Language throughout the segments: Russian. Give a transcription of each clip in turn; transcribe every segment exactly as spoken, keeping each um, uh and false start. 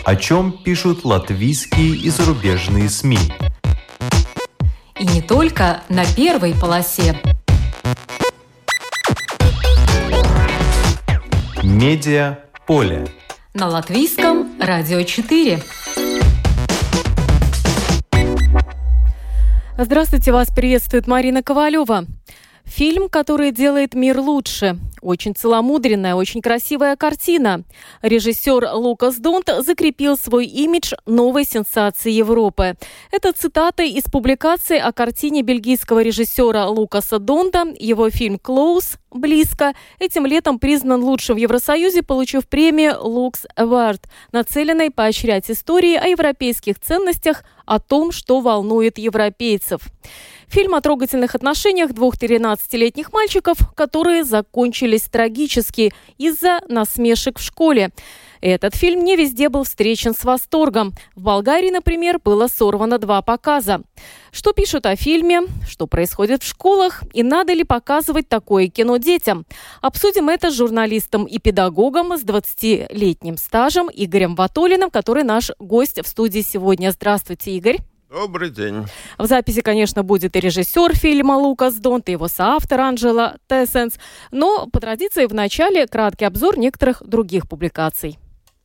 О чем пишут латвийские и зарубежные СМИ. И не только на первой полосе. Медиаполе. На Латвийском радио четыре. Здравствуйте, вас приветствует Марина Ковалева. Фильм, который делает мир лучше. Очень целомудренная, очень красивая картина. Режиссер Лукас Донт закрепил свой имидж новой сенсации Европы. Это цитата из публикации о картине бельгийского режиссера Лукаса Донта. Его фильм «Close» «Близко» этим летом признан лучшим в Евросоюзе, получив премию Lux Award, нацеленной поощрять истории о европейских ценностях, о том, что волнует европейцев. Фильм о трогательных отношениях двух тринадцатилетних мальчиков, которые закончились трагически из-за насмешек в школе. Этот фильм не везде был встречен с восторгом. В Болгарии, например, было сорвано два показа. Что пишут о фильме, что происходит в школах и надо ли показывать такое кино детям? Обсудим это с журналистом и педагогом с двадцатилетним стажем Игорем Ватолиным, который наш гость в студии сегодня. Здравствуйте, Игорь. Добрый день. В записи, конечно, будет и режиссер фильма Лукас Донт, и его соавтор Анджела Тессенс. Но, по традиции, в начале краткий обзор некоторых других публикаций.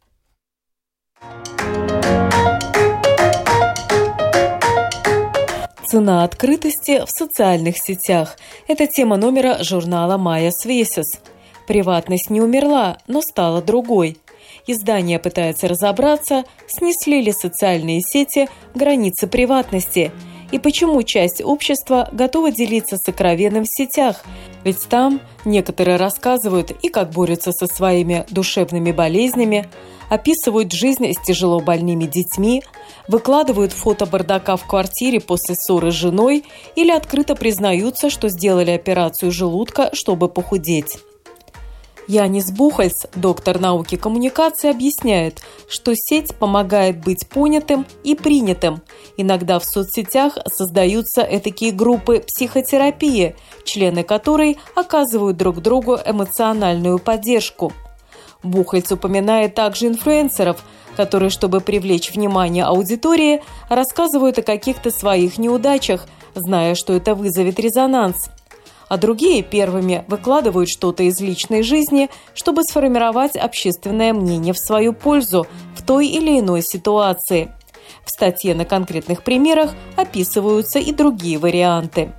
Цена открытости в социальных сетях. Это тема номера журнала «Майя Свесис». Приватность не умерла, но стала другой. Издание пытается разобраться, снесли ли социальные сети границы приватности и почему часть общества готова делиться сокровенным в сетях. Ведь там некоторые рассказывают и как борются со своими душевными болезнями, описывают жизнь с тяжело больными детьми, выкладывают фото бардака в квартире после ссоры с женой или открыто признаются, что сделали операцию желудка, чтобы похудеть. Янис Бухальц, доктор науки коммуникации, объясняет, что сеть помогает быть понятым и принятым. Иногда в соцсетях создаются этакие группы психотерапии, члены которой оказывают друг другу эмоциональную поддержку. Бухальц упоминает также инфлюенсеров, которые, чтобы привлечь внимание аудитории, рассказывают о каких-то своих неудачах, зная, что это вызовет резонанс. А другие первыми выкладывают что-то из личной жизни, чтобы сформировать общественное мнение в свою пользу в той или иной ситуации. В статье на конкретных примерах описываются и другие варианты.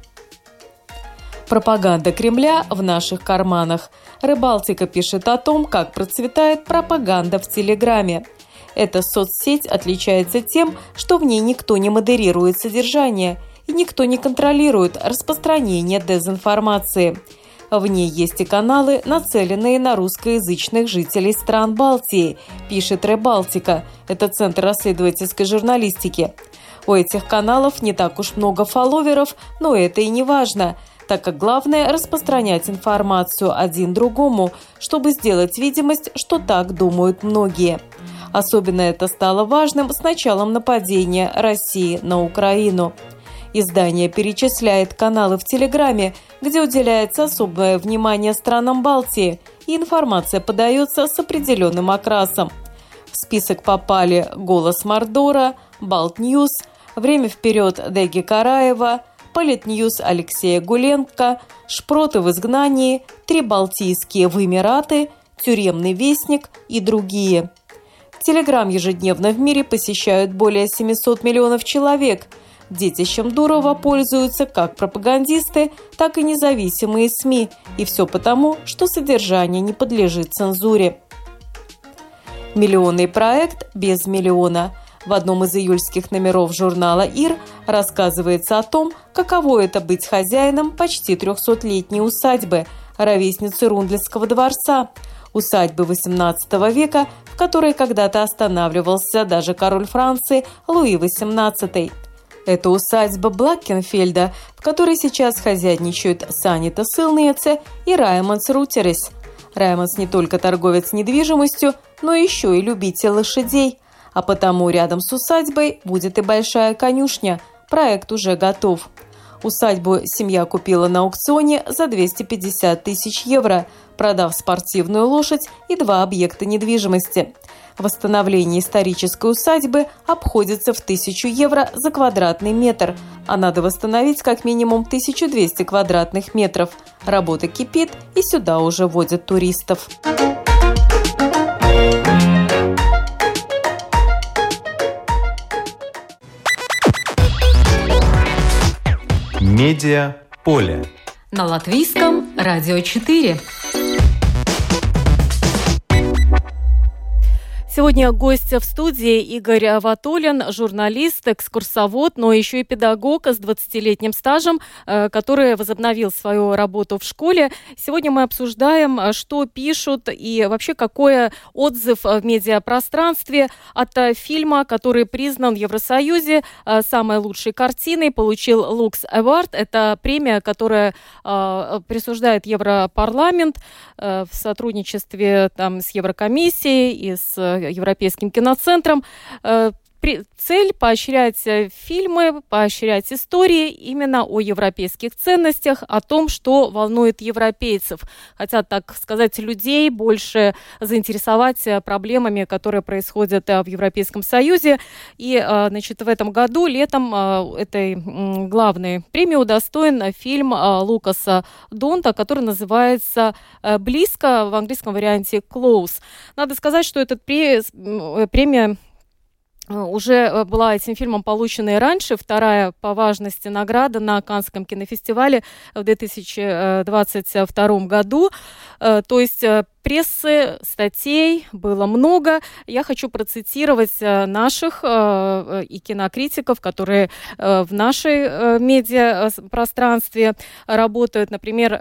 Пропаганда Кремля в наших карманах. Рыбалтика пишет о том, как процветает пропаганда в Телеграме. Эта соцсеть отличается тем, что в ней никто не модерирует содержание – и никто не контролирует распространение дезинформации. В ней есть и каналы, нацеленные на русскоязычных жителей стран Балтии, пишет Рыбалтика. Это Центр расследовательской журналистики. У этих каналов не так уж много фолловеров, но это и не важно, так как главное – распространять информацию один другому, чтобы сделать видимость, что так думают многие. Особенно это стало важным с началом нападения России на Украину. Издание перечисляет каналы в Телеграме, где уделяется особое внимание странам Балтии, и информация подается с определенным окрасом. В список попали «Голос Мордора», «Балтньюз», «Время вперед» Деги Караева, «Политньюз» Алексея Гуленко, «Шпроты в изгнании», «Три балтийские в Эмираты», «Тюремный вестник» и другие. Телеграм ежедневно в мире посещают более семьсот миллионов человек. Детищем Дурова пользуются как пропагандисты, так и независимые СМИ. И все потому, что содержание не подлежит цензуре. Миллионный проект без миллиона. В одном из июльских номеров журнала «Ир» рассказывается о том, каково это быть хозяином почти трехсотлетней усадьбы, ровесницы Рундлицкого дворца, усадьбы восемнадцатого века, в которой когда-то останавливался даже король Франции Луи восемнадцатый. Это усадьба Блаккенфельда, в которой сейчас хозяйничают Санита Сылнеце и Раймондс Рутерес. Раймондс не только торговец недвижимостью, но еще и любитель лошадей. А потому рядом с усадьбой будет и большая конюшня. Проект уже готов. Усадьбу семья купила на аукционе за двести пятьдесят тысяч евро, продав спортивную лошадь и два объекта недвижимости. Восстановление исторической усадьбы обходится в тысячу евро за квадратный метр, а надо восстановить как минимум тысячу двести квадратных метров. Работа кипит, и сюда уже водят туристов. Медиа поле. На Латвийском радио четыре. Сегодня гость в студии Игорь Ватулин, журналист, экскурсовод, но еще и педагог с двадцатилетним стажем, который возобновил свою работу в школе. Сегодня мы обсуждаем, что пишут и вообще какой отзыв в медиапространстве от фильма, который признан в Евросоюзе самой лучшей картиной, получил Lux Award. Это премия, которая присуждает Европарламент в сотрудничестве там, с Еврокомиссией и с Европейским киноцентром. Цель – поощрять фильмы, поощрять истории именно о европейских ценностях, о том, что волнует европейцев. Хотят, так сказать, людей больше заинтересовать проблемами, которые происходят в Европейском Союзе. И, значит, в этом году, летом, этой главной премии удостоен фильм Лукаса Донта, который называется «Близко», в английском варианте «Close». Надо сказать, что эта премия уже была этим фильмом получена и раньше. Вторая по важности награда на Каннском кинофестивале в две тысячи двадцать втором году. То есть прессы, статей было много. Я хочу процитировать наших и кинокритиков, которые в нашей медиапространстве работают. Например,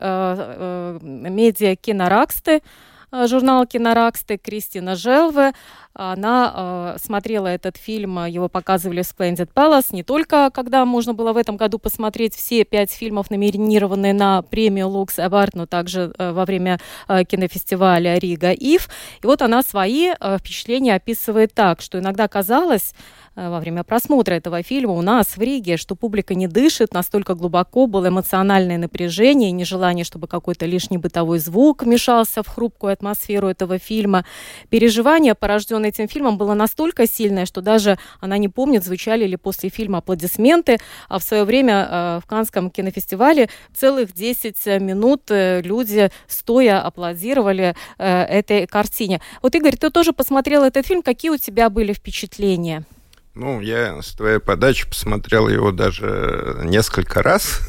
медиа «Кинораксты», журнал «Кинораксты», Кристина Желве. Она э, смотрела этот фильм, его показывали в Splendid Palace, не только когда можно было в этом году посмотреть все пять фильмов, номинированные на премию Lux Award, но также э, во время э, кинофестиваля Рига ИФ. И вот она свои э, впечатления описывает так, что иногда казалось э, во время просмотра этого фильма у нас в Риге, что публика не дышит, настолько глубоко было эмоциональное напряжение, нежелание, чтобы какой-то лишний бытовой звук вмешался в хрупкую атмосферу этого фильма. Переживание, порожденное этим фильмом, было настолько сильное, что даже она не помнит, звучали ли после фильма аплодисменты. А в свое время э, в Каннском кинофестивале целых десять минут э, люди стоя аплодировали э, этой картине. Вот, Игорь, ты тоже посмотрел этот фильм. Какие у тебя были впечатления? Ну, я с твоей подачи посмотрел его даже несколько раз.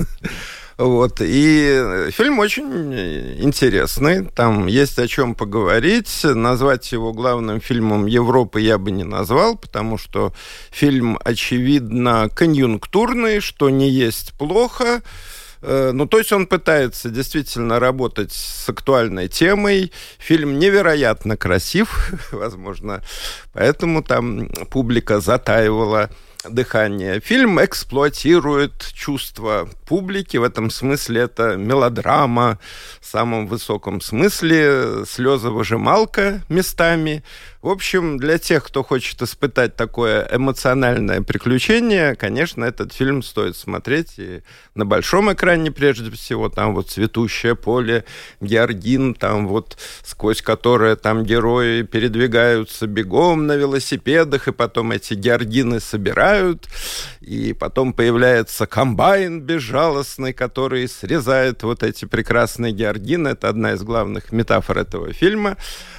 Вот. И фильм очень интересный, там есть о чем поговорить. Назвать его главным фильмом Европы я бы не назвал, потому что фильм, очевидно, конъюнктурный, что не есть плохо. Ну, то есть он пытается действительно работать с актуальной темой. Фильм невероятно красив, возможно, поэтому там публика затаивала дыхание. Фильм эксплуатирует чувства публики. В этом смысле это мелодрама в самом высоком смысле, слезовыжималка местами. В общем, для тех, кто хочет испытать такое эмоциональное приключение, конечно, этот фильм стоит смотреть и на большом экране прежде всего. Там вот цветущее поле, Георгин, там вот сквозь которое там герои передвигаются бегом на велосипедах, и потом эти георгины собирают, и потом появляется комбайн безжалостный, который срезает вот эти прекрасные георгины. Это одна из главных метафор этого фильма.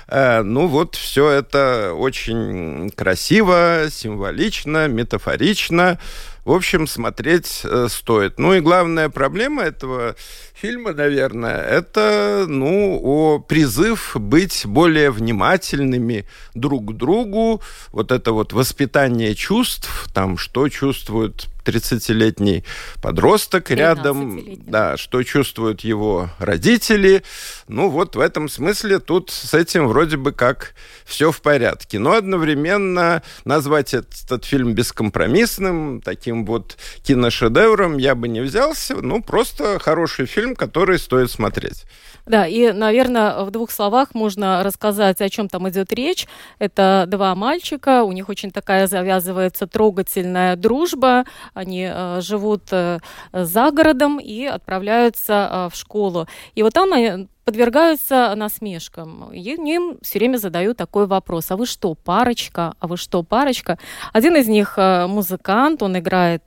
Ну вот, все это очень красиво, символично, метафорично. В общем, смотреть э, стоит. Ну и главная проблема этого фильма, наверное, это, ну, о призыв быть более внимательными друг к другу. Вот это вот воспитание чувств, там, что чувствует тридцатилетний подросток рядом, да, что чувствуют его родители. Ну вот в этом смысле тут с этим вроде бы как все в порядке. Но одновременно назвать этот, этот фильм бескомпромиссным, таким вот киношедевром я бы не взялся. Ну, просто хороший фильм, который стоит смотреть. Да, и, наверное, в двух словах можно рассказать, о чем там идет речь. Это два мальчика, у них очень такая завязывается трогательная дружба. они живут за городом и отправляются в школу. И вот там они подвергаются насмешкам. И им все время задают такой вопрос: а вы что, парочка? А вы что, парочка? Один из них музыкант, он играет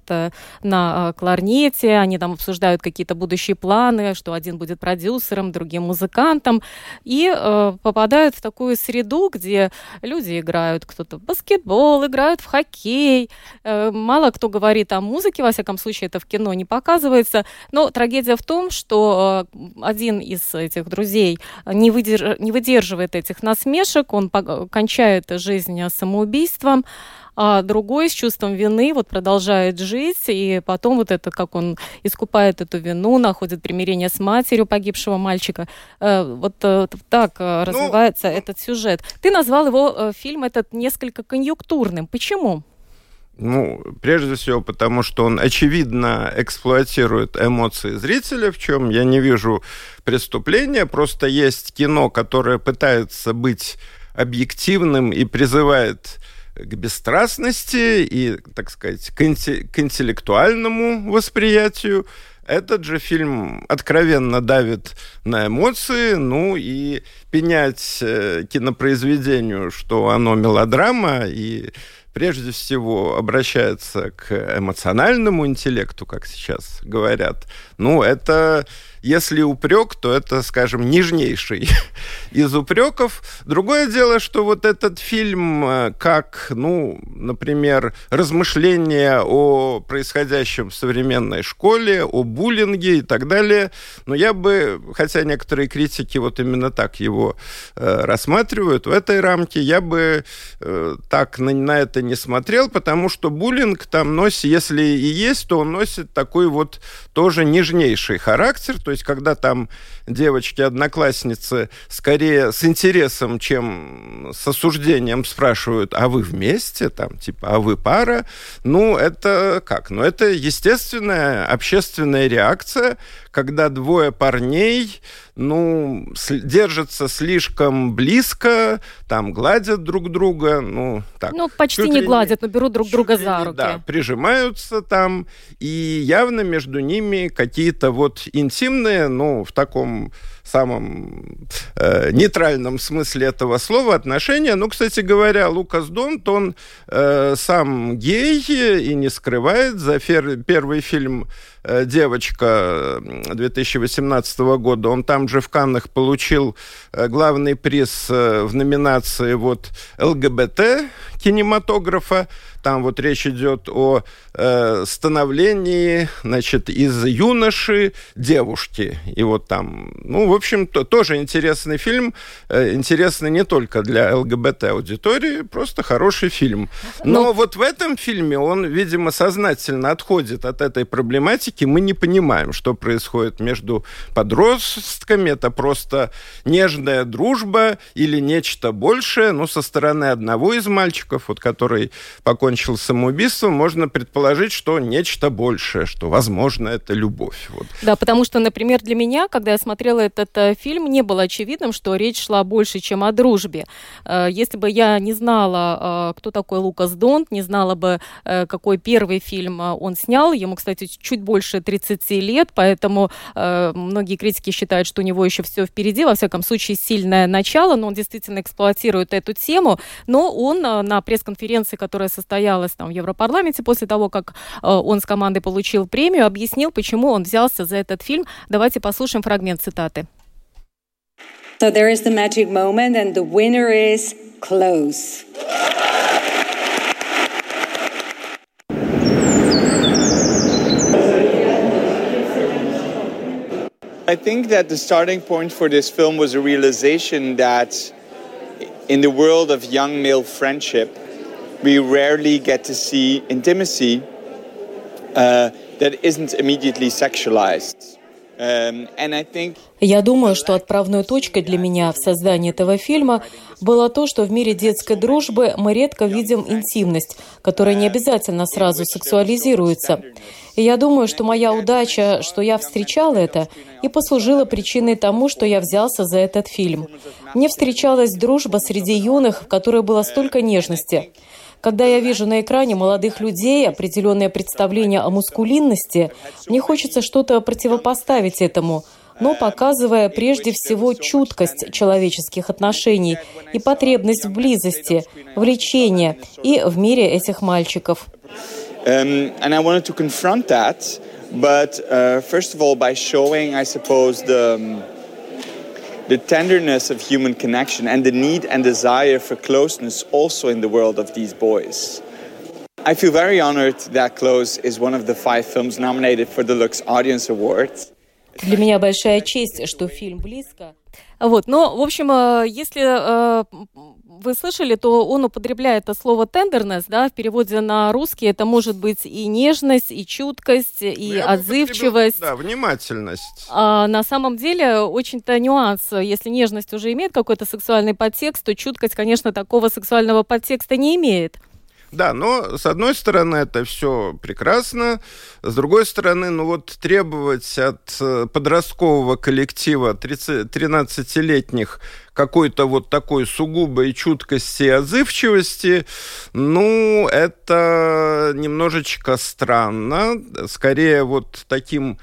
на кларнете, они там обсуждают какие-то будущие планы, что один будет продюсером, другим музыкантом, и э, попадают в такую среду, где люди играют, кто-то в баскетбол, играют в хоккей. Э, мало кто говорит о музыке, во всяком случае, это в кино не показывается. Но трагедия в том, что э, один из этих друзей не, выдерж... не выдерживает этих насмешек, он кончает жизнь самоубийством, а другой с чувством вины вот продолжает жить, и потом вот это, как он искупает эту вину, находит примирение с матерью погибшего мальчика. Вот так развивается ну, этот сюжет. Ты назвал его, фильм этот, несколько конъюнктурным. Почему? Ну, прежде всего, потому что он, очевидно, эксплуатирует эмоции зрителя, в чем я не вижу преступления. Просто есть кино, которое пытается быть объективным и призывает к бесстрастности и, так сказать, к, инте- к интеллектуальному восприятию. Этот же фильм откровенно давит на эмоции, ну и пенять кинопроизведению, что оно мелодрама и прежде всего обращается к эмоциональному интеллекту, как сейчас говорят. Ну, это, если упрек, то это, скажем, нежнейший из упреков. Другое дело, что вот этот фильм, как, ну, например, размышления о происходящем в современной школе, о буллинге и так далее, но я бы, хотя некоторые критики вот именно так его э, рассматривают, в этой рамке я бы э, так на, на это не смотрел, потому что буллинг там носит, если и есть, то он носит такой вот тоже нежнейший характер, то есть когда там девочки-одноклассницы скорее с интересом, чем с осуждением спрашивают: а вы вместе? Там, типа, а вы пара? Ну, это как? Ну, это естественная общественная реакция, когда двое парней, ну, держатся слишком близко, там, гладят друг друга, ну, так. Ну, почти не гладят, но берут друг друга за руки. Да, прижимаются там, и явно между ними какие-то вот интимные, ну, в таком самом э, нейтральном смысле этого слова отношения. Ну, кстати говоря, Лукас Донт, он э, сам гей и не скрывает. За фер- первый фильм э, «Девочка» две тысячи восемнадцатого года, он там же в Каннах получил э, главный приз э, в номинации вот ЛГБТ кинематографа. Там вот речь идет о э, становлении, значит, из юноши девушки. И вот там, ну, в общем, то, тоже интересный фильм. Э, интересный не только для ЛГБТ-аудитории, просто хороший фильм. Но, Но вот в этом фильме он, видимо, сознательно отходит от этой проблематики. Мы не понимаем, что происходит между подростками. Это просто нежная дружба или нечто большее. Ну, со стороны одного из мальчиков, вот, который покончил самоубийством, можно предположить, что нечто большее, что, возможно, это любовь. Вот. Да, потому что, например, для меня, когда я смотрела этот э, фильм, не было очевидным, что речь шла больше, чем о дружбе. Э, если бы я не знала, э, кто такой Лукас Донт, не знала бы, э, какой первый фильм э, он снял, ему, кстати, чуть больше тридцати лет, поэтому э, многие критики считают, что у него еще все впереди, во всяком случае, сильное начало, но он действительно эксплуатирует эту тему, но он э, на пресс-конференции, которая состоялась там в Европарламенте после того, как э, он с командой получил премию, объяснил, почему он взялся за этот фильм. Давайте послушаем фрагмент цитаты. So there is the magic moment and the winner is Close. I think that the starting point for this film was a realization that in the world of young male friendship, we rarely get to see intimacy uh, that isn't immediately sexualized. Um, and I think... Я думаю, что отправной точкой для меня в создании этого фильма было то, что в мире детской дружбы мы редко видим интимность, которая не обязательно сразу сексуализируется. И я думаю, что моя удача, что я встречала это, и послужила причиной тому, что я взялся за этот фильм. Мне встречалась дружба среди юных, в которой было столько нежности. Когда я вижу на экране молодых людей определенное представление о мускулинности, мне хочется что-то противопоставить этому, но показывая прежде всего чуткость человеческих отношений и потребность в близости, влечения и в мире этих мальчиков. Um, and I wanted to confront that, but uh, first of all by showing, I suppose, the, um, the tenderness of human connection and the need and desire for closeness also in the world of these boys. I feel very honored that Close is one of the five films nominated for the Lux Audience Awards. Для меня большая честь, что фильм «Близко». Вот, но, в общем, если э, вы слышали, то он употребляет это слово «tenderness», да, в переводе на русский это может быть и нежность, и чуткость, и ну, отзывчивость. Да, внимательность. А на самом деле очень-то нюанс. Если нежность уже имеет какой-то сексуальный подтекст, то чуткость, конечно, такого сексуального подтекста не имеет. Да, но с одной стороны это все прекрасно, с другой стороны, ну вот требовать от подросткового коллектива тринадцатилетних какой-то вот такой сугубой чуткости и отзывчивости, ну, это немножечко странно. Скорее вот таким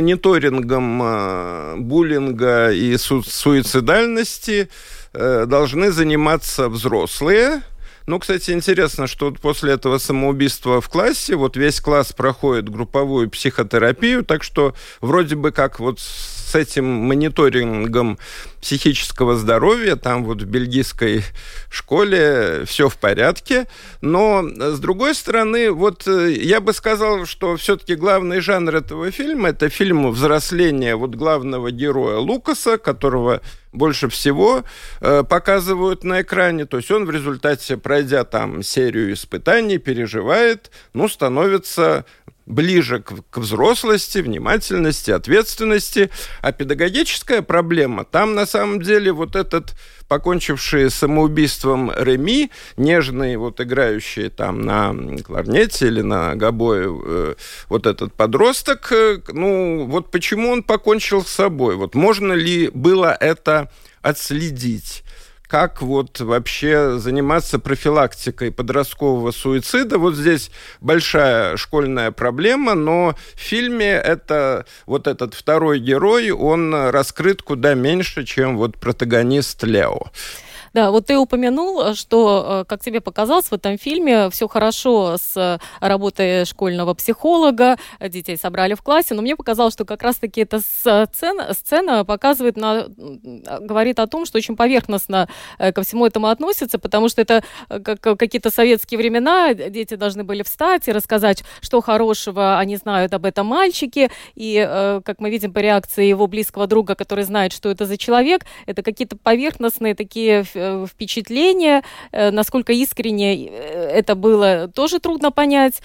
мониторингом буллинга и су- суицидальности должны заниматься взрослые. Ну, кстати, интересно, что вот после этого самоубийства в классе вот весь класс проходит групповую психотерапию, так что вроде бы как вот с этим мониторингом психического здоровья там вот в бельгийской школе все в порядке, но с другой стороны, вот я бы сказал, что все-таки главный жанр этого фильма – это фильм взросления вот главного героя Лукаса, которого больше всего э, показывают на экране. То есть он в результате, пройдя там серию испытаний, переживает, ну, становится ближе к, к взрослости, внимательности, ответственности. А педагогическая проблема, там на самом деле вот этот покончивший самоубийством Реми, нежный, вот играющий там на кларнете или на гобое э, вот этот подросток, э, ну вот почему он покончил с собой? Вот можно ли было это отследить? Как вот вообще заниматься профилактикой подросткового суицида? Вот здесь большая школьная проблема, но в фильме это, вот этот второй герой, он раскрыт куда меньше, чем вот протагонист Лео. Да, вот ты упомянул, что, как тебе показалось, в этом фильме все хорошо с работой школьного психолога, детей собрали в классе, но мне показалось, что как раз-таки эта сцена, сцена показывает, на, говорит о том, что очень поверхностно ко всему этому относится, потому что это как какие-то советские времена, дети должны были встать и рассказать, что хорошего они знают об этом мальчике, и, как мы видим по реакции его близкого друга, который знает, что это за человек, это какие-то поверхностные такие впечатления, насколько искренне это было, тоже трудно понять.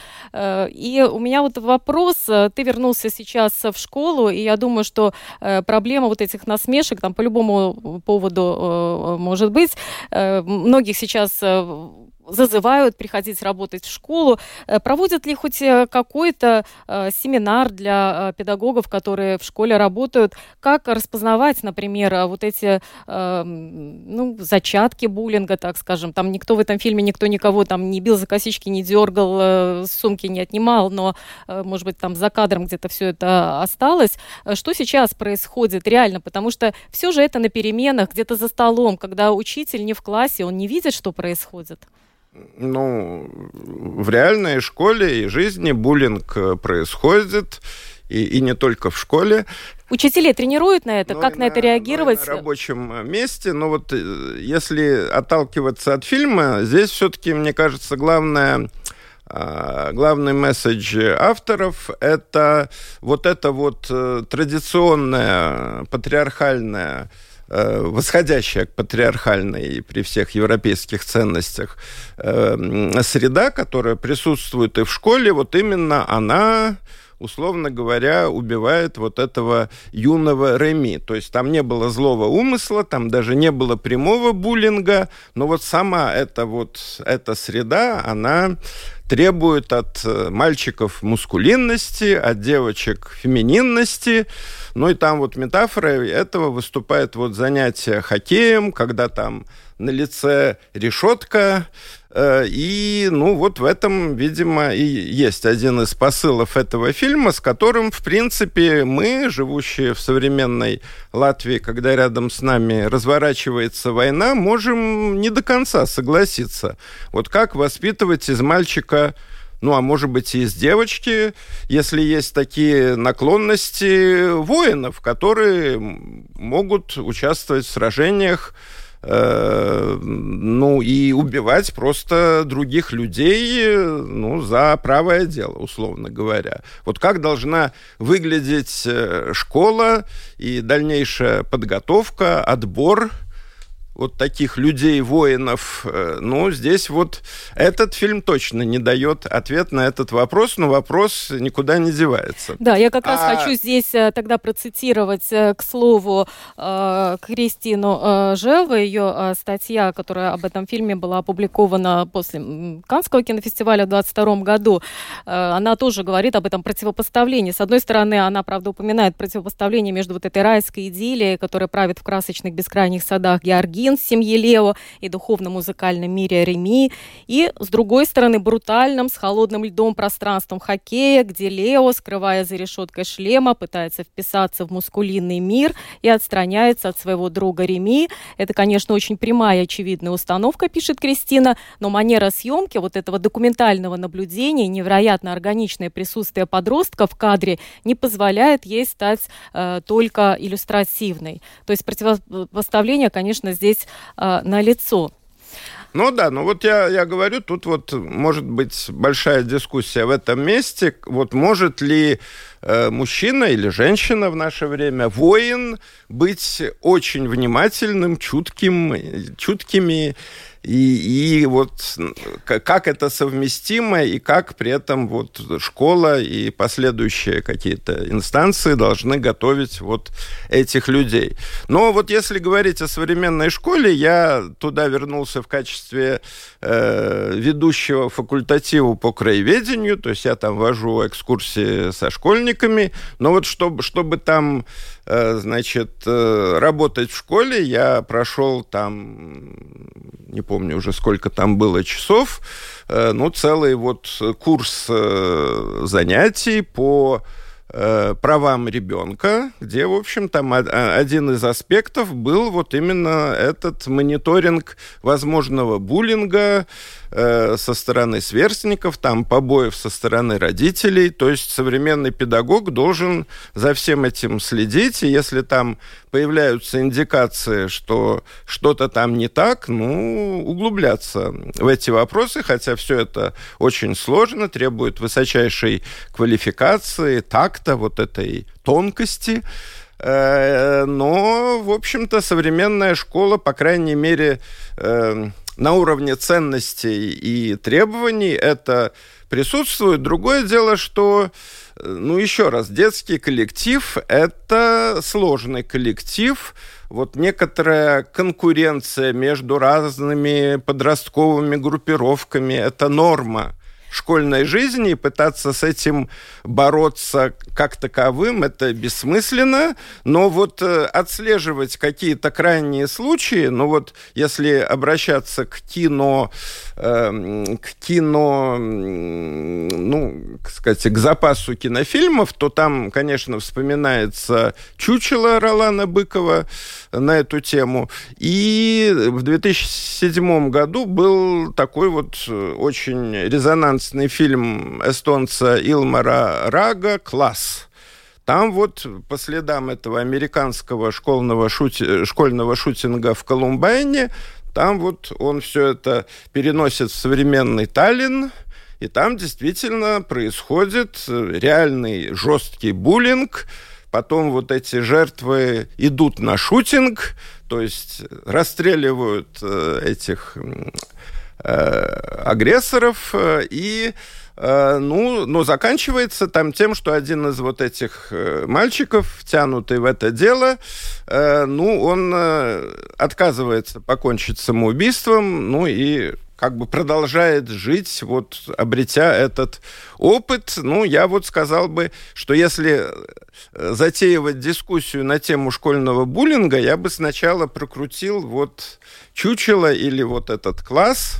И у меня вот вопрос, ты вернулся сейчас в школу, и я думаю, что проблема вот этих насмешек, там по любому поводу может быть, многих сейчас зазывают приходить работать в школу. Проводят ли хоть какой-то э, семинар для э, педагогов, которые в школе работают? Как распознавать, например, вот эти э, ну, зачатки буллинга, так скажем? Там никто в этом фильме, никто никого там не бил за косички, не дергал, э, сумки не отнимал, но, э, может быть, там за кадром где-то все это осталось. Что сейчас происходит реально? Потому что все же это на переменах, где-то за столом, когда учитель не в классе, он не видит, что происходит. Ну, в реальной школе и жизни буллинг происходит, и, и не только в школе. Учителей тренируют на это? Но как на, на это реагировать? На рабочем месте. Но вот если отталкиваться от фильма, здесь все-таки, мне кажется, главное... Главный месседж авторов – это вот это вот традиционная патриархальная, восходящая к патриархальной при всех европейских ценностях среда, которая присутствует и в школе, вот именно она, условно говоря, убивает вот этого юного Реми. То есть там не было злого умысла, там даже не было прямого буллинга, но вот сама эта вот эта среда, она требует от мальчиков мускулинности, от девочек фемининности. Ну и там вот метафорой этого выступает вот занятие хоккеем, когда там на лице решетка, И, ну, вот в этом, видимо, и есть один из посылов этого фильма, с которым, в принципе, мы, живущие в современной Латвии, когда рядом с нами разворачивается война, можем не до конца согласиться. Вот как воспитывать из мальчика, ну, а может быть, и из девочки, если есть такие наклонности воинов, которые могут участвовать в сражениях, ну, и убивать просто других людей, ну, за правое дело, условно говоря. Вот как должна выглядеть школа и дальнейшая подготовка, отбор вот таких людей-воинов, ну, здесь вот этот фильм точно не дает ответ на этот вопрос, но вопрос никуда не девается. Да, я как раз а... хочу здесь тогда процитировать, к слову, Кристину Желву, ее статья, которая об этом фильме была опубликована после Каннского кинофестиваля в двадцать втором году. Она тоже говорит об этом противопоставлении. С одной стороны, она, правда, упоминает противопоставление между вот этой райской идиллией, которая правит в красочных бескрайних садах Георгин, семьи Лео и духовно-музыкальном мире Реми, и, с другой стороны, брутальным, с холодным льдом пространством хоккея, где Лео, скрывая за решеткой шлема, пытается вписаться в мускулинный мир и отстраняется от своего друга Реми. Это, конечно, очень прямая и очевидная установка, пишет Кристина, но манера съемки вот этого документального наблюдения, невероятно органичное присутствие подростка в кадре не позволяет ей стать э, только иллюстративной. То есть противопоставление, конечно, здесь э, налицо. Ну да, ну вот я, я говорю, тут вот может быть большая дискуссия в этом месте. Вот может ли э, мужчина или женщина в наше время, воин, быть очень внимательным, чутким, чуткими, и, и вот как это совместимо, и как при этом вот школа и последующие какие-то инстанции должны готовить вот этих людей. Но вот если говорить о современной школе, я туда вернулся в качестве э, ведущего факультатива по краеведению, то есть я там вожу экскурсии со школьниками, но вот чтобы, чтобы там, э, значит, э, работать в школе, я прошел там, не помню уже сколько там было часов, э, ну, целый вот курс э, занятий по э, правам ребенка, где, в общем, там один из аспектов был вот именно этот мониторинг возможного буллинга э, со стороны сверстников, там побоев со стороны родителей. То есть современный педагог должен за всем этим следить, и если там появляются индикации, что что-то там не так, ну, углубляться в эти вопросы, хотя все это очень сложно, требует высочайшей квалификации, такта, вот этой тонкости. Но, в общем-то, современная школа, по крайней мере, на уровне ценностей и требований это присутствует. Другое дело, что, ну, еще раз, детский коллектив – это сложный коллектив. Вот некоторая конкуренция между разными подростковыми группировками – это норма школьной жизни, и пытаться с этим бороться как таковым, это бессмысленно, но вот э, отслеживать какие-то крайние случаи, ну вот если обращаться к кино, э, к кино, ну, кстати, к запасу кинофильмов, то там, конечно, вспоминается «Чучело» Ролана Быкова на эту тему, и в две тысячи седьмом году был такой вот очень резонансный фильм эстонца Илмара Рага «Класс». Там вот по следам этого американского школьного, шути... школьного шутинга в Колумбайне, там вот он все это переносит в современный Таллин, и там действительно происходит реальный жесткий буллинг. Потом вот эти жертвы идут на шутинг, то есть расстреливают этих агрессоров, и, ну, но заканчивается там тем, что один из вот этих мальчиков, втянутый в это дело, ну, он отказывается покончить самоубийством, ну, и как бы продолжает жить, вот, обретя этот опыт. Ну, я вот сказал бы, что если затеивать дискуссию на тему школьного буллинга, я бы сначала прокрутил вот «Чучело» или вот этот класс.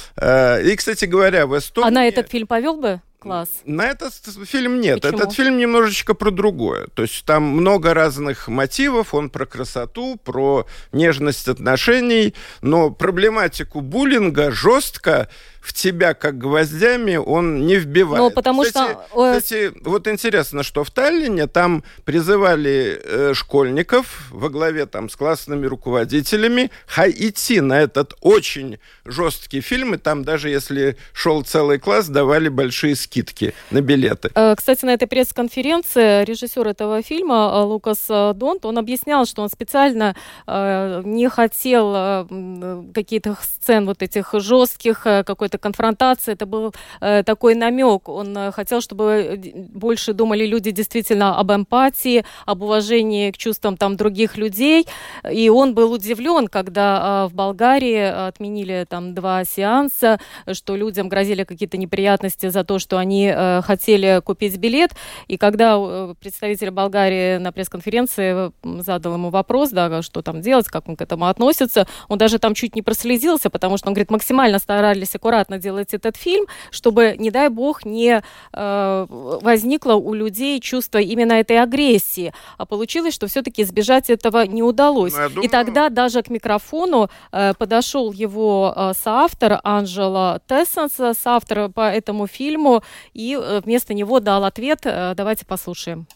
И, кстати говоря, в Эстонии... А на этот фильм повел бы? Класс. На этот фильм нет. Почему? Этот фильм немножечко про другое. То есть там много разных мотивов. Он про красоту, про нежность отношений. Но проблематику буллинга жестко в тебя, как гвоздями, он не вбивает. Ну, потому кстати, что... Кстати, вот интересно, что в Таллине там призывали э, школьников во главе там с классными руководителями идти на этот очень жесткий фильм, и там даже если шел целый класс, давали большие скидки на билеты. Кстати, на этой пресс-конференции режиссер этого фильма Лукас Донт, он объяснял, что он специально э, не хотел э, каких-то сцен вот этих жестких, э, какой-то конфронтации, это был э, такой намек. Он э, хотел, чтобы больше думали люди действительно об эмпатии, об уважении к чувствам там других людей. И он был удивлен, когда э, в Болгарии отменили там два сеанса, что людям грозили какие-то неприятности за то, что они э, хотели купить билет. И когда э, представитель Болгарии на пресс-конференции задал ему вопрос, да, что там делать, как он к этому относится, он даже там чуть не прослезился, потому что он говорит, максимально старались аккуратно делать этот фильм, чтобы, не дай бог, не э, возникло у людей чувство именно этой агрессии. А получилось, что все-таки избежать этого не удалось. Ну, думаю... И тогда даже к микрофону э, подошел его э, соавтор Анжела Тессенс, соавтор по этому фильму, и э, вместо него дал ответ. Э, давайте послушаем.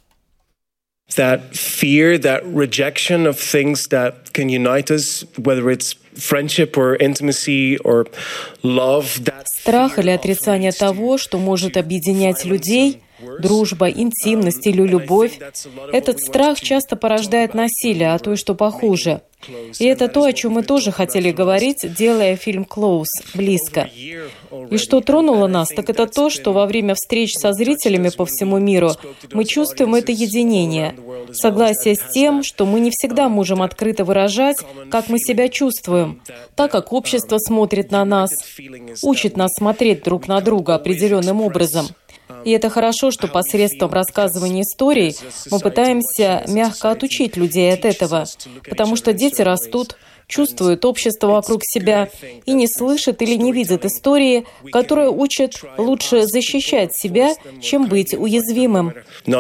That fear, that rejection of things that can unite us, whether it's friendship or intimacy or love. Страх или отрицание того, что может объединять людей, дружба, интимность или любовь. Этот страх часто порождает насилие, а то и что похуже. И это то, о чем мы тоже хотели говорить, делая фильм «Close» — «Близко». И что тронуло нас, так это то, что во время встреч со зрителями по всему миру мы чувствуем это единение, согласие с тем, что мы не всегда можем открыто выражать, как мы себя чувствуем, так как общество смотрит на нас, учит нас смотреть друг на друга определенным образом. И это хорошо, что посредством рассказывания историй мы пытаемся мягко отучить людей от этого, потому что дети растут, чувствуют общество вокруг себя и не слышат или не видят истории, которые учат лучше защищать себя, чем быть уязвимым.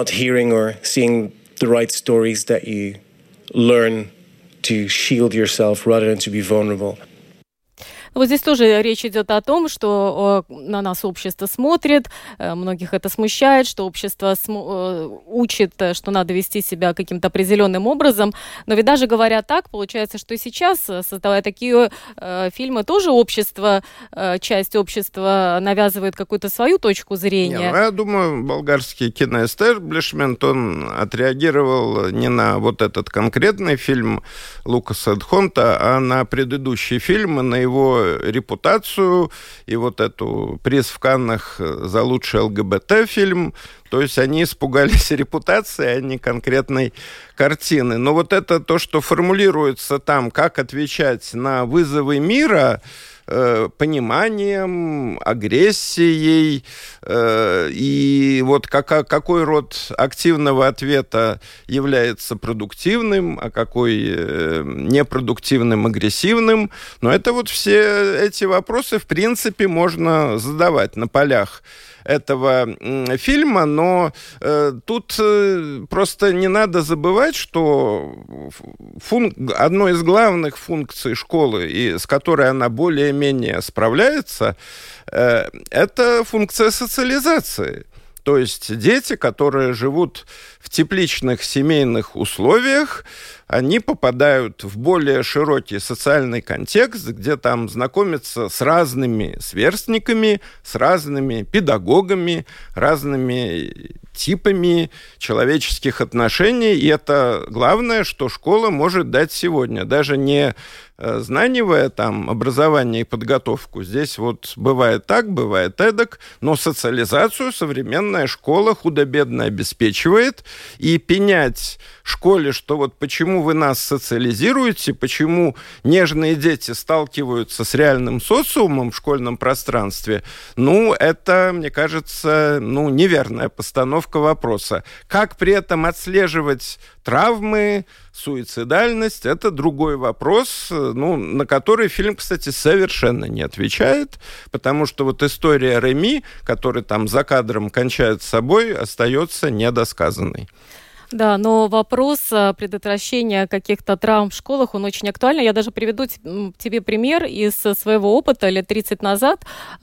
Вот здесь тоже речь идет о том, что э, на нас общество смотрит, э, многих это смущает, что общество см- э, учит, что надо вести себя каким-то определенным образом. Но ведь даже говоря так, получается, что и сейчас, создавая такие э, фильмы, тоже общество, э, часть общества навязывает какую-то свою точку зрения. Не, ну, я думаю, болгарский киноэстеблишмент, он отреагировал не на вот этот конкретный фильм Лукаса Донта, а на предыдущие фильмы, на его репутацию и вот эту приз в Каннах за лучший ЛГБТ-фильм. То есть они испугались репутации, а не конкретной картины. Но вот это то, что формулируется там, как отвечать на вызовы мира, э, пониманием, агрессией, э, и вот как, какой род активного ответа является продуктивным, а какой э, непродуктивным, агрессивным. Но это вот все эти вопросы, в принципе, можно задавать на полях этого фильма, но э, тут э, просто не надо забывать, что фун... одной из главных функций школы, и с которой она более-менее справляется, э, это функция социализации. То есть дети, которые живут в тепличных семейных условиях, они попадают в более широкий социальный контекст, где там знакомятся с разными сверстниками, с разными педагогами, разными типами человеческих отношений. И это главное, что школа может дать сегодня. Даже не знаниевое там образование и подготовку. Здесь вот бывает так, бывает эдак, но социализацию современная школа худо-бедно обеспечивает. И пенять школе, что вот почему почему вы нас социализируете, почему нежные дети сталкиваются с реальным социумом в школьном пространстве, ну, это, мне кажется, ну, неверная постановка вопроса. Как при этом отслеживать травмы, суицидальность, это другой вопрос, ну, на который фильм, кстати, совершенно не отвечает, потому что вот история Реми, который там за кадром кончает с собой, остается недосказанной. Да, но вопрос предотвращения каких-то травм в школах, он очень актуальный. Я даже приведу тебе пример из своего опыта. Лет тридцать назад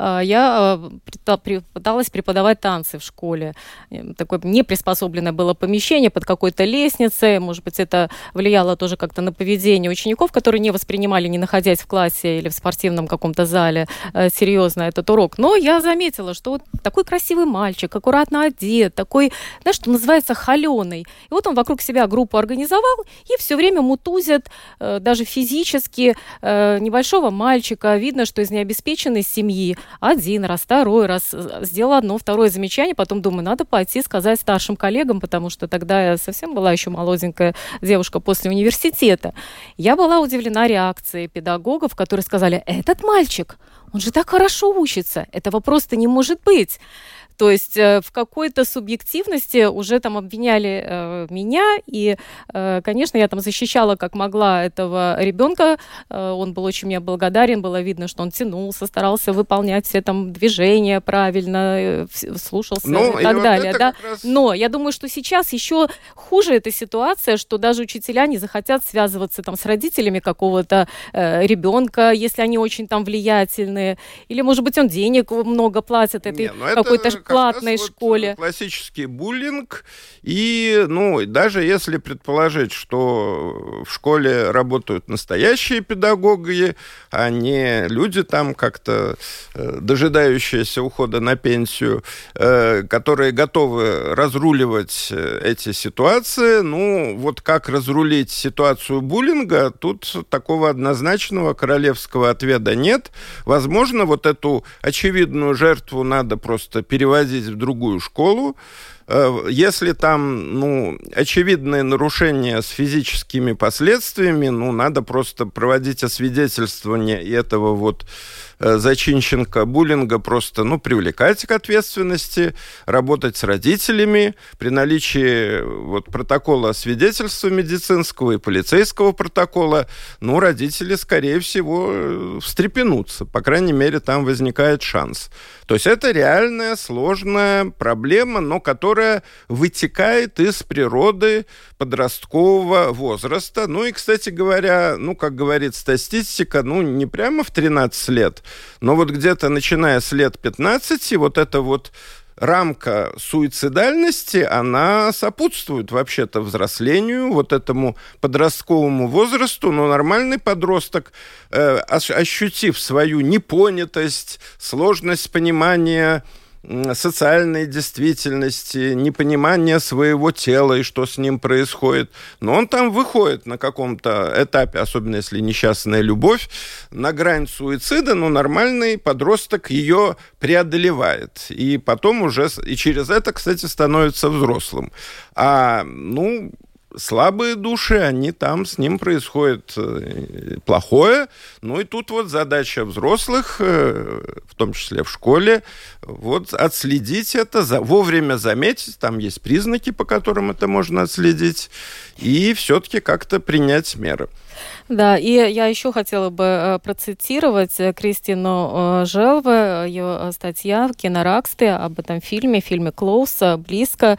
я пыталась преподавать танцы в школе. Такое неприспособленное было помещение под какой-то лестницей. Может быть, это влияло тоже как-то на поведение учеников, которые не воспринимали, не находясь в классе или в спортивном каком-то зале, серьезно этот урок. Но я заметила, что вот такой красивый мальчик, аккуратно одет, такой, знаешь, что называется, холеный. И вот он вокруг себя группу организовал и все время мутузит, э, даже физически, э, небольшого мальчика. Видно, что из необеспеченной семьи один раз, второй раз сделал одно, второе замечание. Потом думаю, надо пойти сказать старшим коллегам, потому что тогда я совсем была еще молоденькая девушка после университета. Я была удивлена реакцией педагогов, которые сказали, этот мальчик, он же так хорошо учится, этого просто не может быть. То есть э, в какой-то субъективности уже там обвиняли э, меня, и, э, конечно, я там защищала как могла этого ребенка. Э, он был очень мне благодарен, было видно, что он тянулся, старался выполнять все там движения правильно, э, слушался ну, и так и далее. Вот да? Раз... Но я думаю, что сейчас еще хуже эта ситуация, что даже учителя не захотят связываться там с родителями какого-то э, ребенка, если они очень там влиятельные, или, может быть, он денег много платит этой не, какой-то это... платной школе. Вот классический буллинг. И, ну, даже если предположить, что в школе работают настоящие педагоги, а не люди там как-то э, дожидающиеся ухода на пенсию, э, которые готовы разруливать эти ситуации, ну, вот как разрулить ситуацию буллинга, тут такого однозначного королевского ответа нет. Возможно, вот эту очевидную жертву надо просто переводить в другую школу. Если там, ну, очевидные нарушения с физическими последствиями, ну, надо просто проводить освидетельствование и этого вот зачинщика буллинга просто, ну, привлекать к ответственности, работать с родителями. При наличии вот протокола свидетельства медицинского и полицейского протокола, ну, родители, скорее всего, встрепенутся. По крайней мере, там возникает шанс. То есть это реальная сложная проблема, но которая вытекает из природы подросткового возраста. Ну и, кстати говоря, ну, как говорит статистика, ну, не прямо в тринадцать лет, но вот где-то начиная с лет пятнадцати вот эта вот рамка суицидальности, она сопутствует вообще-то взрослению, вот этому подростковому возрасту, но нормальный подросток, э, ощутив свою непонятость, сложность понимания социальной действительности, непонимание своего тела и что с ним происходит. Но он там выходит на каком-то этапе, особенно если несчастная любовь, на грань суицида, но нормальный подросток ее преодолевает. И потом уже, и через это, кстати, становится взрослым. А, ну... слабые души, они там, с ним происходит плохое. Ну и тут вот задача взрослых, в том числе в школе, вот отследить это, вовремя заметить, там есть признаки, по которым это можно отследить, и все-таки как-то принять меры. Да, и я еще хотела бы процитировать Кристину Желве, ее статья в Кинораксте об этом фильме, фильме «Клоус», «Близко».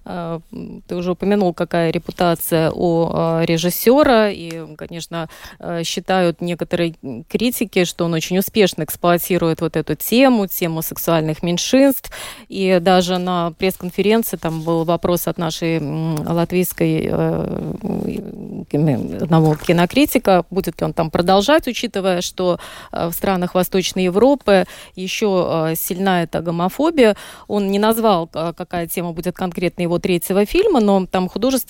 Ты уже упомянул, какая репутация у режиссера, и, конечно, считают некоторые критики, что он очень успешно эксплуатирует вот эту тему, тему сексуальных меньшинств, и даже на пресс-конференции там был вопрос от нашей латвийской одного кинокритика, будет ли он там продолжать, учитывая, что в странах Восточной Европы еще сильна эта гомофобия. Он не назвал, какая тема будет конкретно его третьего фильма, но там художественные приемы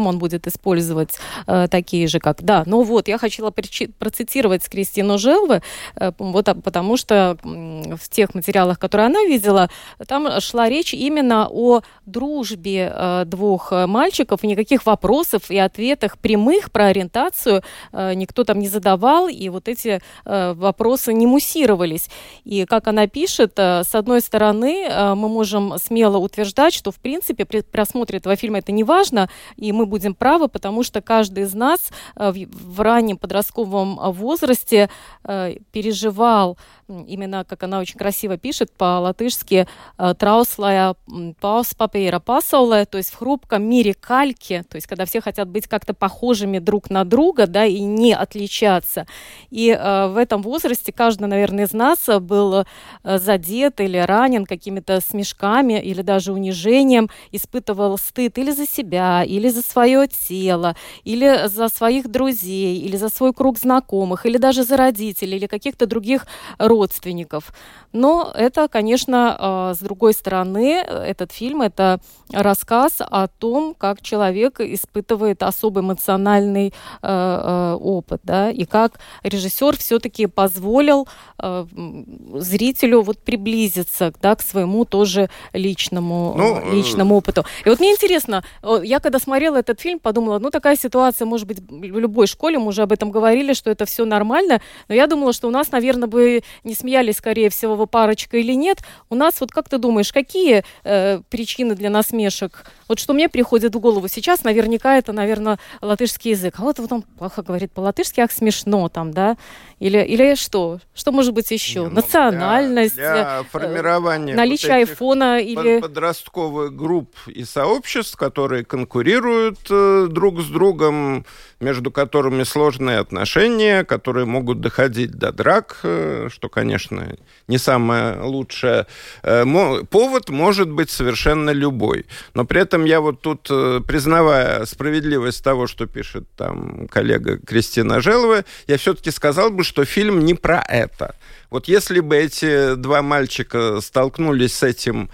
фильмам он будет использовать э, такие же, как... Да, ну вот, я хотела процитировать Кристину Желве, э, вот, потому что э, в тех материалах, которые она видела, там шла речь именно о дружбе э, двух мальчиков, и никаких вопросов и ответах прямых про ориентацию э, никто там не задавал, и вот эти э, вопросы не муссировались. И как она пишет, э, с одной стороны, э, мы можем смело утверждать, что, в принципе, при просмотре этого фильма это не важно, и мы будем правы, потому что каждый из нас э, в, в раннем подростковом возрасте э, переживал, именно, как она очень красиво пишет по-латышски, «трауслая пауспапейра пасауле», то есть в хрупком мире кальки, то есть когда все хотят быть как-то похожими друг на друга, да, и не отличаться. И э, в этом возрасте каждый, наверное, из нас был э, задет или ранен какими-то смешками или даже унижением, испытывал стыд или за себя, или за свое тело, или за своих друзей, или за свой круг знакомых, или даже за родителей, или каких-то других родственников. Но это, конечно, э, с другой стороны, этот фильм — это рассказ о том, как человек испытывает особый эмоциональный э, э, опыт, да, и как режиссер все-таки позволил э, зрителю вот приблизиться, да, к своему тоже личному, ну, личному опыту. И вот мне интересно, я когда смотрела этот фильм, подумала, ну такая ситуация может быть в любой школе, мы уже об этом говорили, что это все нормально, но я думала, что у нас, наверное, бы не смеялись, скорее всего, парочка или нет. У нас, вот как ты думаешь, какие э, причины для насмешек? Вот что мне приходит в голову сейчас, наверняка это, наверное, латышский язык. А вот, вот он плохо говорит по-латышски, ах, смешно там, да? Или, или что? Что может быть еще? Не, ну, Национальность, для, для формирования наличие вот айфона или... подростковых групп и сообществ, которые конкурируют э, друг с другом, между которыми сложные отношения, которые могут доходить до драк, э, что, конечно, не самое лучшее. Э, мо- повод может быть совершенно любой. Но при этом я вот тут, э, признавая справедливость того, что пишет там коллега Кристина Желве, я все-таки сказал бы, что фильм не про это. Вот если бы эти два мальчика столкнулись с этим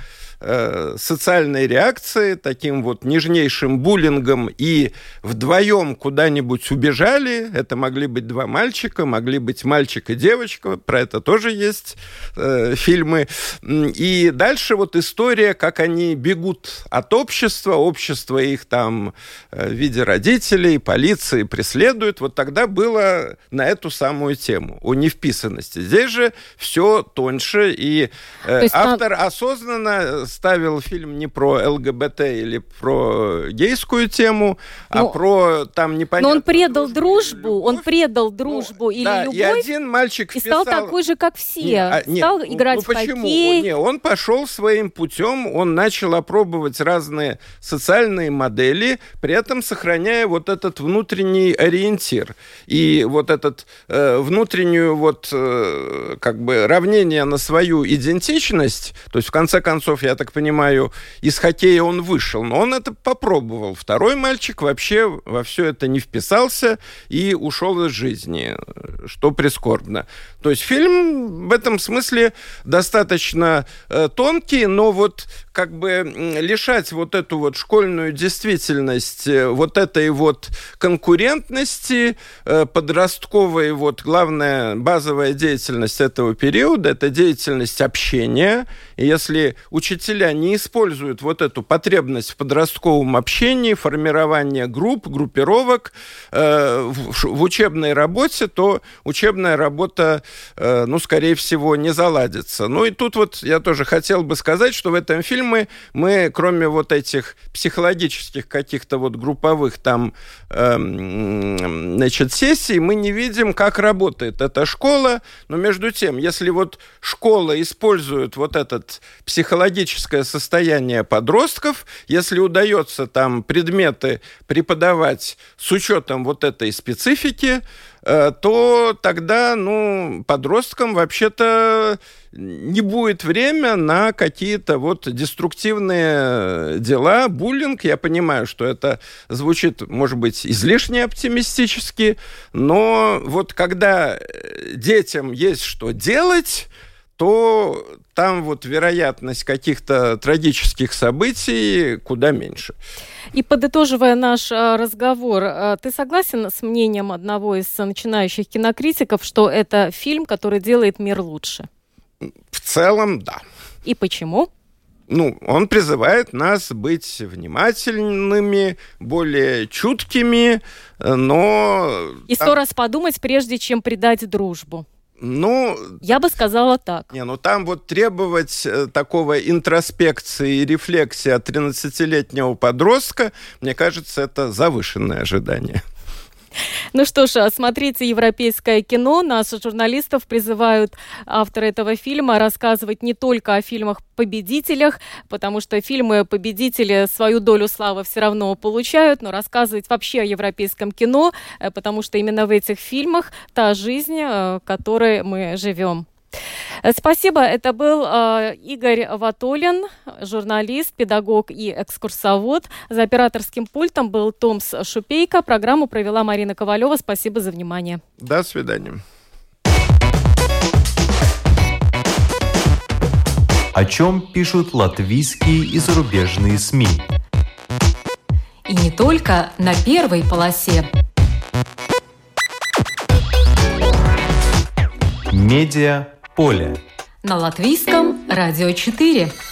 э, социальной реакцией, таким вот нежнейшим буллингом, и вдвоем куда-нибудь убежали, это могли быть два мальчика, могли быть мальчик и девочка, про это тоже есть э, фильмы. И дальше вот история, как они бегут от общества, общество их там э, в виде родителей, полиции преследует. Вот тогда было на эту самую тему о невписанности. Здесь же все тоньше, и э, автор там... осознанно ставил фильм не про ЛГБТ или про гейскую тему, но... а про там непонятно... Но он предал дружбу, дружбу он предал дружбу ну, или да, любовь, и один мальчик и вписал... стал такой же, как все. Не, а, стал нет, играть ну, в почему? хоккей. Не, он пошел своим путем, он начал опробовать разные социальные модели, при этом сохраняя вот этот внутренний ориентир. И вот этот э, внутреннюю вот э, как бы равнение на свою идентичность, то есть в конце концов, я так понимаю, из хоккея он вышел, но он это попробовал. Второй мальчик вообще во все это не вписался и ушел из жизни, что прискорбно. То есть фильм в этом смысле достаточно э, тонкий, но вот как бы лишать вот эту вот школьную действительность э, вот этой вот конкурентности, э, подростковой вот главная базовая деятельность этого периода — это деятельность общения. И если учителя не используют вот эту потребность в подростковом общении, формирование групп, группировок э, в, в учебной работе, то учебная работа, э, ну, скорее всего, не заладится. Ну и тут вот я тоже хотел бы сказать, что в этом фильме мы, кроме вот этих психологических каких-то вот групповых там, э, значит, сессий, мы не видим, как работает эта школа. Но между тем, если вот школа использует вот это психологическое состояние подростков, если удается там предметы преподавать с учетом вот этой специфики, то тогда, ну, подросткам вообще-то не будет время на какие-то вот деструктивные дела, буллинг. Я понимаю, что это звучит, может быть, излишне оптимистически, но вот когда детям есть что делать, то там вот вероятность каких-то трагических событий куда меньше. И подытоживая наш а, разговор, а, ты согласен с мнением одного из начинающих кинокритиков, что это фильм, который делает мир лучше? В целом, да. И почему? Ну, он призывает нас быть внимательными, более чуткими, но... И сто раз подумать, прежде чем предать дружбу. Ну, я бы сказала так. Не, ну там вот требовать э, такого интроспекции и рефлексии от тринадцатилетнего подростка, мне кажется, это завышенное ожидание. Ну что ж, смотрите европейское кино. Нас, журналистов, призывают авторы этого фильма рассказывать не только о фильмах-победителях, потому что фильмы-победители свою долю славы все равно получают, но рассказывать вообще о европейском кино, потому что именно в этих фильмах та жизнь, в которой мы живем. Спасибо. Это был э, Игорь Ватолин, журналист, педагог и экскурсовод. За операторским пультом был Томс Шупейко. Программу провела Марина Ковалева. Спасибо за внимание. До свидания. О чем пишут латвийские и зарубежные СМИ? И не только на первой полосе. Медиа поле. На Латвийском радио четыре.